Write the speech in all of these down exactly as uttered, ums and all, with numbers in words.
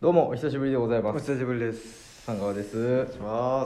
どうもお久しぶりでございまおす。 久しぶりです。 三川です。 お願いします。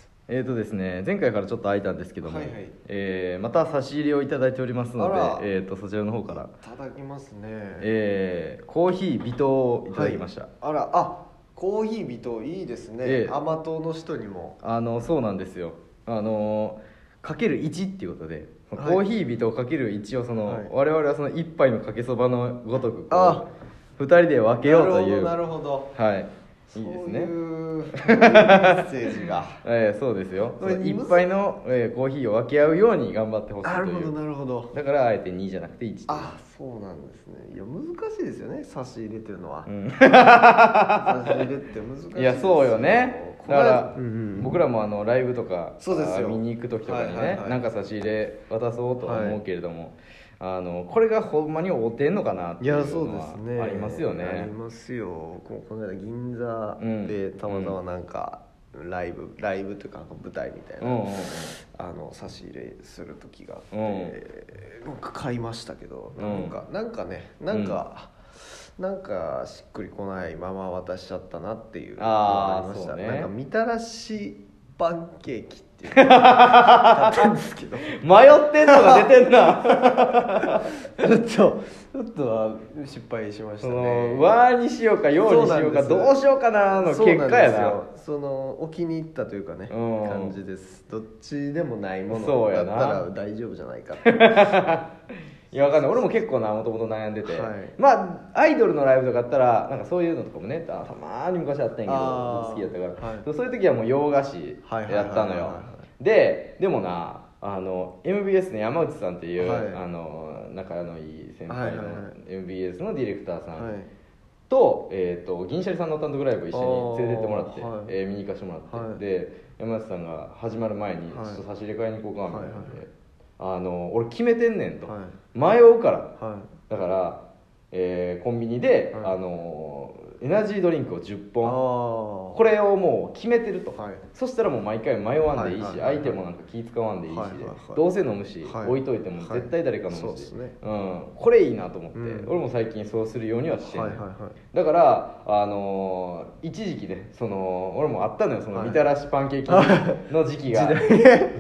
えーとですね、前回からちょっと空いたんですけども、 はいはい、 えーまた差し入れをいただいておりますのあらで、えーとそちらの方からいただきますね。 えーコーヒー微糖をいただきました。 はい、あら、あ、コーヒー微糖いいですね。 ええ甘党の人にも。 あのそうなんですよ。あのかけるいちっていうことで、 はい、 コーヒー微糖かけるいちをその、はい、我々はその一杯のかけそばのごとくこうふたりで分けようという。 なるほど、 なるほど。はい。いいですね。 そういうメッセージが、 えー、そうですよ。一杯の、えー、コーヒーを分け合うように頑張ってほしいという。 なるほどなるほど。 だからあえてにじゃなくていち。 あ、そうなんですね。いや難しいですよね、差し入れっていうのは、うん、差し入れって難しいですよ。 いやそうよね。だから、 うんうん、 僕らもあのライブとかそうですよ、 見に行く時とかにね、 はいはいはい、 なんか差し入れ渡そうとは思うけれども、はい、あのこれがほんまに合うてんのかなっていうのはありますよね。 ありますよ。この間銀座でたまたまなんかライブ、うん、ライブというか舞台みたいな、うんうんうん、あの差し入れする時があって、うん、買いましたけど、なんか、うん、なんかねなんか、うん、なんかしっくりこないまま渡しちゃったなっていうのがありました。ね、なんかみたらしパンケーキっていうだったんですけど迷ってんのが出てんなちょっとちょっと失敗しましたね。 和にしようか洋にしようかどうしようかなの結果やな。 そのお気に入ったというかね、うん、感じです。どっちでもないものだったら大丈夫じゃないかっていやわかんない。俺も結構なもともと悩んでて、はい、まあアイドルのライブとかあったらなんかそういうのとかもねたまに昔あったんやけど好きだったから、はい、そういう時はもう洋菓子やったのよ。ででもなあの エムビーエス の山内さんっていう、はい、あの仲のいい先輩の エムビーエス のディレクターさん、はい、と,、えー、と銀シャリさんの単独ライブ一緒に連れてってもらって、はい、えー、見に行かせてもらって、はい、で山内さんが始まる前にちょっと差し入れ買いに行こうかみたいなので、はい、あの俺決めてんねんと、はい、迷うから、はい、だから、えー、コンビニで、はい、あのエナジードリンクをじゅっぽんこれをもう決めてると、はい、そしたらもう毎回迷わんでいいし、はいはいはいはい、相手もなんか気使わんでいいし、はいはいはい、どうせ飲むし、はい、置いといても絶対誰か飲むし、はい、うん、これいいなと思って、うん、俺も最近そうするようにはしてる、はいはいはい、だからあのー、一時期ねその俺もあったのよそのみたらしパンケーキの時期が、はい、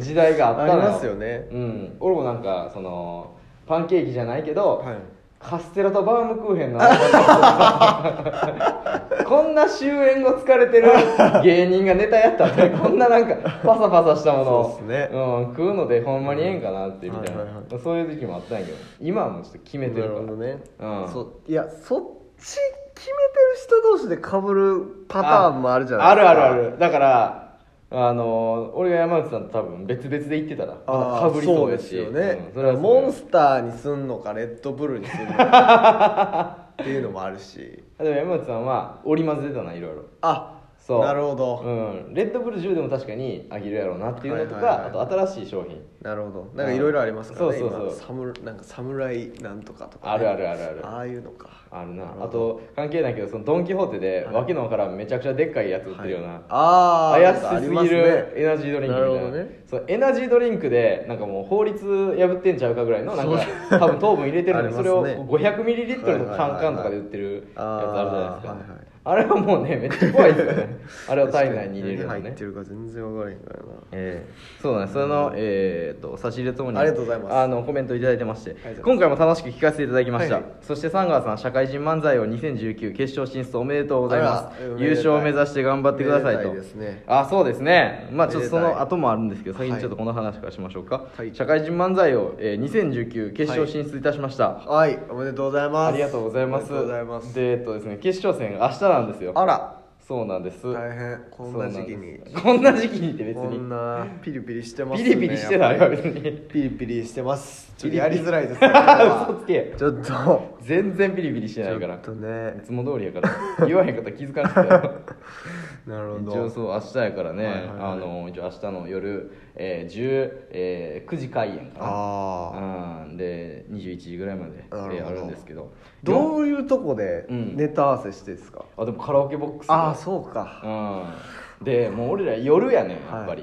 時代があったのよ。 ありますよね、 うん、俺もなんかそのパンケーキじゃないけど、はい、カステラとバームクーヘンのこんな終焉後疲れてる芸人がネタやったってこんななんかパサパサしたものを、そうですね、うん、食うのでほんまにええんかなってみたいな、はいはいはい、そういう時期もあったんやけど今はもうちょっと決めてるから。なるほどね、うん、そいやそっち決めてる人同士で被るパターンもあるじゃないですか。 あるあるある。だからあの俺が山内さんと多分別々で行ってたらまだ被りそうやし、 そうですよね、うん、それはモンスターにすんのかレッドブルにすんのかっていうのもあるしでも山内さんは織り交ぜてたないろいろ。 あ、そうなるほど、 うん、レッドブルじゅうでも確かにあげるやろうなっていうのとか、はいはいはい、あと新しい商品。 なるほど、なんかいろいろありますからね、 そうそうそう、 サムなんか侍なんとかとか、ね、 あるあるあるある、 ああいうのかあるな。あと関係ないけどそのドン・キホーテで、はい、わけのわからんめちゃくちゃでっかいやつ売ってるような、はい、 あ怪しすぎるエナジードリンクみたいな、 なるほどね、 そうエナジードリンクでなんかもう法律破ってんちゃうかぐらいのなんか多分糖分入れてるのに、ね、それを ごひゃくミリリットルのカンカンとかで売ってるやつあるじゃないですか、はいはいはい、あれはもうねめっちゃ怖いですよねあれを体内に入れるのね。 何入ってるか全然分からへんからな、 えー、そうなんです。その、えー、と差し入れともにありがとうございます。 あのコメントいただいてまして、今回も楽しく聞かせていただきました、はいはい、そしてサンガーさん社会人漫才王にせんじゅうきゅう決勝進出おめでとうございます。優勝を目指して頑張ってくださいと。 ですね、 あ、そうですね、まあちょっとその後もあるんですけど先にちょっとこの話からしましょうか、はい、社会人漫才王、えー、にせんじゅうきゅう決勝進出いたしました。 はい、はい、おめでとうございます。 ありがとうございます。で、えっとですね、決勝戦が明日なんですよ。 あら、 そうなんです。 大変、こんな時期にこんな時期にって別にこんなピリピリしてますね。 ピリピリしてないわ別にピリピリしてます。ちょっとやりづらいですね嘘つけ。 ちょっと全然ピリピリしてないからちょっとねいつも通りやから言わへんかったら気づかなくてなるほど。 一応そう明日やからね、はいはいはい、あの一応明日の夜、えーじゅう、えー、くじ開演かなあ、うん、でにじゅういちじぐらいまで、えー、あるんですけど、 どういうとこでネタ合わせしてですか？ あでもカラオケボックスで、 ああそうか、 うん、でもう俺ら夜やねんやっぱり、はい、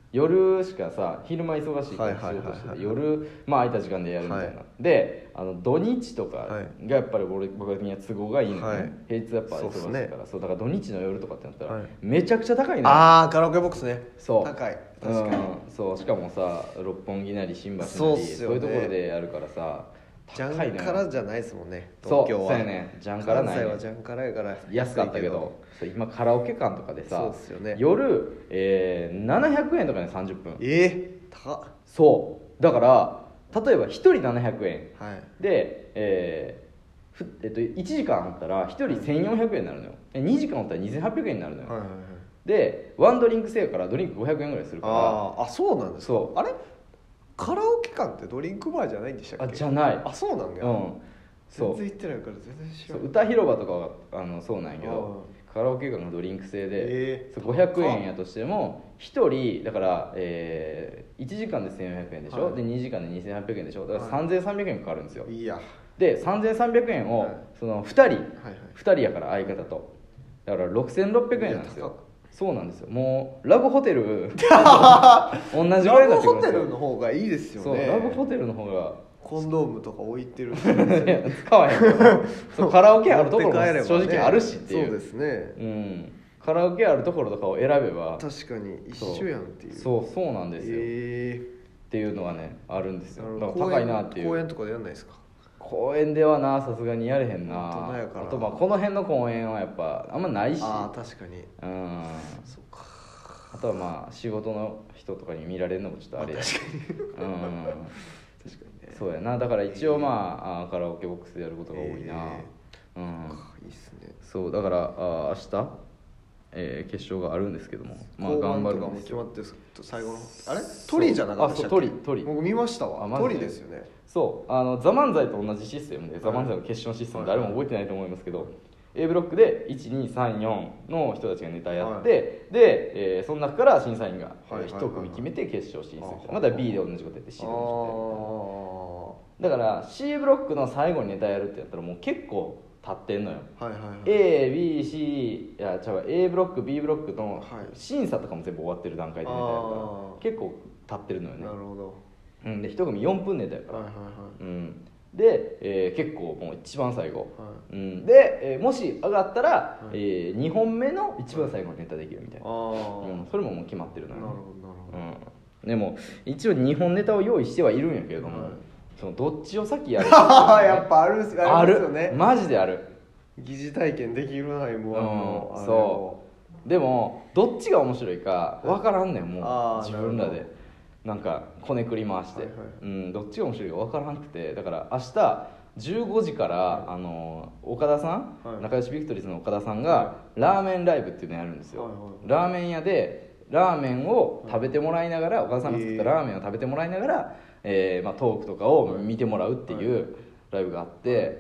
夜しかさ昼間忙しいから仕事してて夜まあ空いた時間でやるみたいな、はい、であの土日とかがやっぱり俺僕的には都合がいいのね、はい、平日やっぱ忙しいから そう,、ね、そうだから土日の夜とかってなったら、はい、めちゃくちゃ高いのよ。 ああカラオケボックスね。 そう高い確かに、 うん、そうしかもさ六本木なり新橋なりそう、ね、そういうところでやるからさジャンカラじゃないですもんね東京は。そうそうやねジャンカラないね。 関西はジャンカラやから安かったけど今カラオケ館とかでさそうっすよ、ね、 夜、えー、ななひゃくえんとかでさんじゅっぷん。 えー、高っ。 そうだから例えばひとりななひゃくえん、 はい、 で、えーふえっと、いちじかんあったらひとりせんよんひゃくえんになるのよ。にじかんあったらにせんはっぴゃくえんになるのよ、はいはいはい、でワンドリンク制やからドリンクごひゃくえんぐらいするから。 ああそうなんですか。そうあれカラオケ館ってドリンクバーじゃないんでしたっけ。 あじゃない。 あそうなんや、うん、全然行ってないから全然知らない。 歌広場とかはあのそうなんやけどカラオケ館のドリンク制で、えー、ごひゃくえんやとしてもひとりだから、えー、いちじかんでせんよんひゃくえんでしょ、はい、でにじかんでにせんはっぴゃくえんでしょ。だからさんぜんさんびゃくえんかかるんですよ。 いやでさんぜんさんびゃくえんを、はい、そのふたり、はいはい、ふたりやから相方とだからろくせんろっぴゃくえんなんですよ。そうなんですよ。もうラブホテル同じぐらいになってくるんですよ。 ラブホテルの方がいいですよね。 そうラブホテルの方がコンドームとか置いてるしいや使わへんからそうカラオケあるところも正直あるしっていう。 そうですね、 うん、カラオケあるところとかを選べば確かに一緒やんっていう。 そうそうそうなんですよ、えー、っていうのがねあるんですよ。だから高いなっていう。 公園とかでやんないですか。 公園ではなさすがにやれへんな。 あとまあこの辺の公園はやっぱあんまないし。 あ確かに、 うん、 そうか。 あとはまあ仕事の人とかに見られるのもちょっとあれやし、 確かに、うん、確かにね。 そうやな。だから一応まあ、えー、カラオケボックスでやることが多いな、えー、うんいいいっすね。 そうだからあ明日、えー、決勝があるんですけども、まあ頑張るんですよ。 決まって最後のあれトリじゃなかったっけ。あそうトリトリ僕見ましたわ。トリですよね。 そうあのザ・漫才と同じシステムで、はい、ザ・漫才の決勝システム、誰も覚えてないと思いますけど、A ブロックでいちにさんよんの人たちがネタやって、はい、で、えー、その中から審査員がいち組決めて決勝進出、はいはいはい、また B で同じことやって C で同じことやって、だから C ブロックの最後にネタやるってやったらもう結構経ってんのよ、 はいはいはい、 A、B、C いや違う A ブロック B ブロックの審査とかも全部終わってる段階でネタやるから結構経ってるのよね。 なるほど、 うん、でいち組よんぷんネタやから、はいはいはい、うんで、えー、結構もう一番最後、はいうん、で、えー、もし上がったら、はいえー、にほんめの一番最後にネタできるみたいな、はいうん、それももう決まってるのよ、ね、 なるほどなるほど、 うん、でも一応にほんネタを用意してはいるんやけれども、はい、そのどっちを先やるかやっぱあるんですよ、あるんですよね。 マジである。 疑似体験できるな エムワン の、 うん、そうでもどっちが面白いか分からんねんもう自分らでなんかこねくり回して、はいはいうん、どっちが面白いか分からなくて、だから明日じゅうごじから、はい、あの岡田さん、はい、仲良しビクトリーズの岡田さんが、はい、ラーメンライブっていうのやるんですよ、はいはいはい、ラーメン屋でラーメンを食べてもらいながら、はい、岡田さんが作ったラーメンを食べてもらいながら、えーまあ、トークとかを見てもらうっていう、はいライブがあって、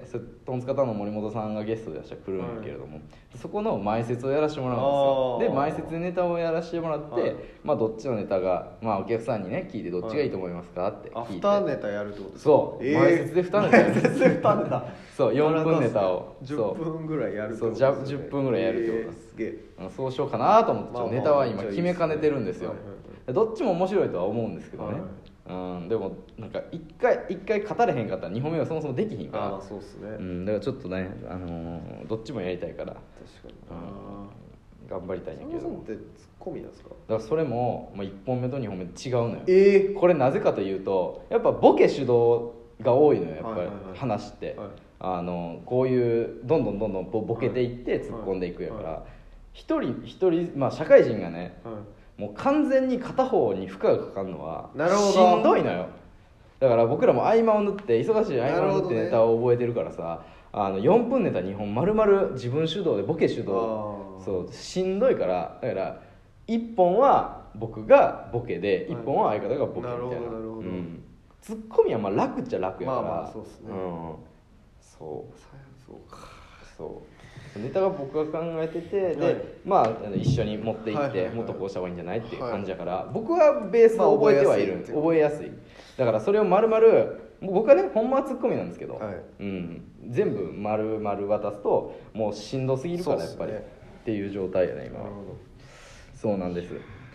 はい、トンツカタンの森本さんがゲストでいらっしゃる来るんやけれども、はい、そこの前説をやらせてもらうんですよ。で前説でネタをやらせてもらって、はい、まあどっちのネタが、まあ、お客さんにね聞いてどっちがいいと思いますかって聞いて、 アフターネタやるってことですか。 そう、えー、前説でにネタやる前説でにネタそうよんぷんネタをじゅっぷんぐらいやるってことですね。そうじゅっぷんぐらいやるってことです、えー、すげえそうしようかなと思って、まあまあ、ネタは今決めかねてるんですよ、はいはいはい、どっちも面白いとは思うんですけどね、はいうん、でもなんか一回一回語れへんかったらにほんめはそもそもできひんから。 あそうっすね、 うん、だからちょっとね、あのー、どっちもやりたいから確かに、 うん、頑張りたいんやけど。 佐野さんってツッコミなんですか。だからそれも、まあ、いっぽんめとにほんめ違うのよ、 えー、 これなぜかというとやっぱボケ主導が多いのよやっぱり、はいはいはい、話って、はい、あのこういうどんどんどんどんボケていって突っ込んでいくやから、はいはい、一人一人、まあ、社会人がね、はいもう完全に片方に負荷がかかるのはしんどいのよ。だから僕らも合間を縫って忙しい合間を縫ってネタを覚えてるからさ、あのよんぷんネタにほん丸々自分主導でボケ主導そうしんどいから、だからいっぽんは僕がボケでいっぽんは相方がボケみたいな、はい、なるほどなるほど、うん、ツッコミはまあ楽っちゃ楽やから、まあまあそうっすね、うん、そうそうかそうネタが僕が考えてて、で、はい、まあ一緒に持っていって、はいはいはい、もっとこうした方がいいんじゃないっていう感じだから、はい、僕はベースを覚えてはいるんです、まあ、覚えやすいだからそれを丸々僕はねほんまはツッコミなんですけど、はいうん、全部丸々渡すともうしんどすぎるからやっぱり、ね、っていう状態やね今は。なるほどそうなんです。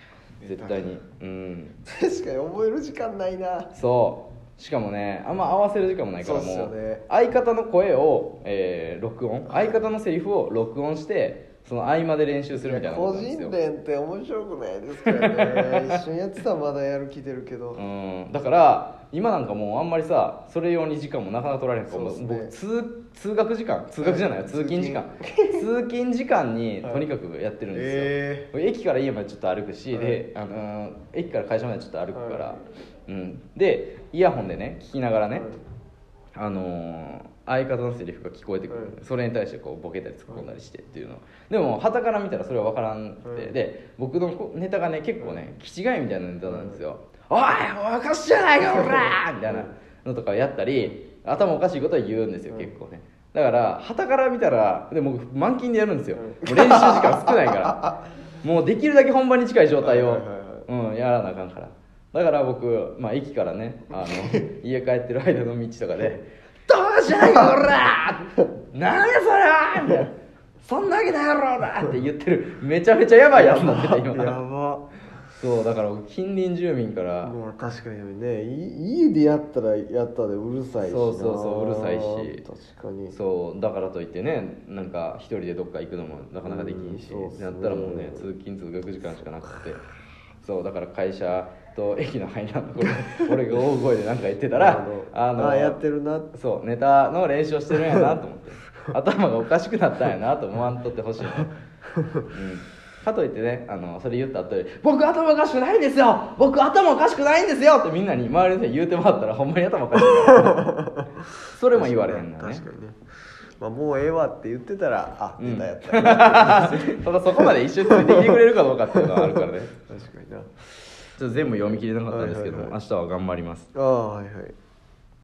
絶対に。うん、 確かに覚える時間ないな。 そうしかもねあんま合わせる時間もないから、もう、 ね、 相方の声を、えー、録音相方のセリフを録音してその合間で練習するみたいなことなんですよ。個人練って面白くないですからね一緒にやってたらまだやる気出るけど、 うん、だから今なんかもうあんまりさそれ用に時間もなかなか取られへんから、ね、僕通通学時間通学じゃないよ、はい、通勤時間通勤時間にとにかくやってるんですよ、えー、駅から家までちょっと歩くし、はい、で、あのー、駅から会社までちょっと歩くから、はい、うん、でイヤホンでね聞きながらね、はい、あのー、相方のセリフが聞こえてくる、はい、それに対してこうボケたり突っ込んだりしてっていうの、はい、でも傍から見たらそれは分からんくて、はい、で僕のネタがね結構ね気違いみたいなネタなんですよ、はい、おいおかしいじゃないかおらみたいなのとかやったり頭おかしいことは言うんですよ、結構ね。だから傍から見たらでも満勤でやるんですよ、もう練習時間少ないからもうできるだけ本番に近い状態を、うん、やらなあかんから。だから僕、まあ、駅からねあの家帰ってる間の道とかで「どうしないかおら何やそれは!」みたいな「そんなわけないやろな!」って言ってるめちゃめちゃやばいやつになってて今やばそうだから近隣住民からもう確かにね家でやったらやったでうるさいしな。 そうそうそううるさいし確かにそうだからといってねなんか一人でどっか行くのもなかなかできんし、うん、なったらもうね通勤通学時間しかなくてそうだから会社と駅の間のところ俺が大声で何か言ってたらあのあやってるなそうネタの練習をしてるんやなと思って頭がおかしくなったんやなと思わんとってほしいね、うん、かといってねあのそれ言った後で「僕頭おかしくないんですよ僕頭おかしくないんですよ」ってみんなに周りの人に言うてもらったらほんまに頭おかしいからそれも言われへんのね。 確かにね、まあ、もうええわって言ってたらあネタやったら、うん、ただそこまで一緒についてきてくれるかどうかっていうのはあるからね確かにな。 ちょっと全部読み切れなかったんですけど、はいはいはい、明日は頑張ります。 ああはいはい。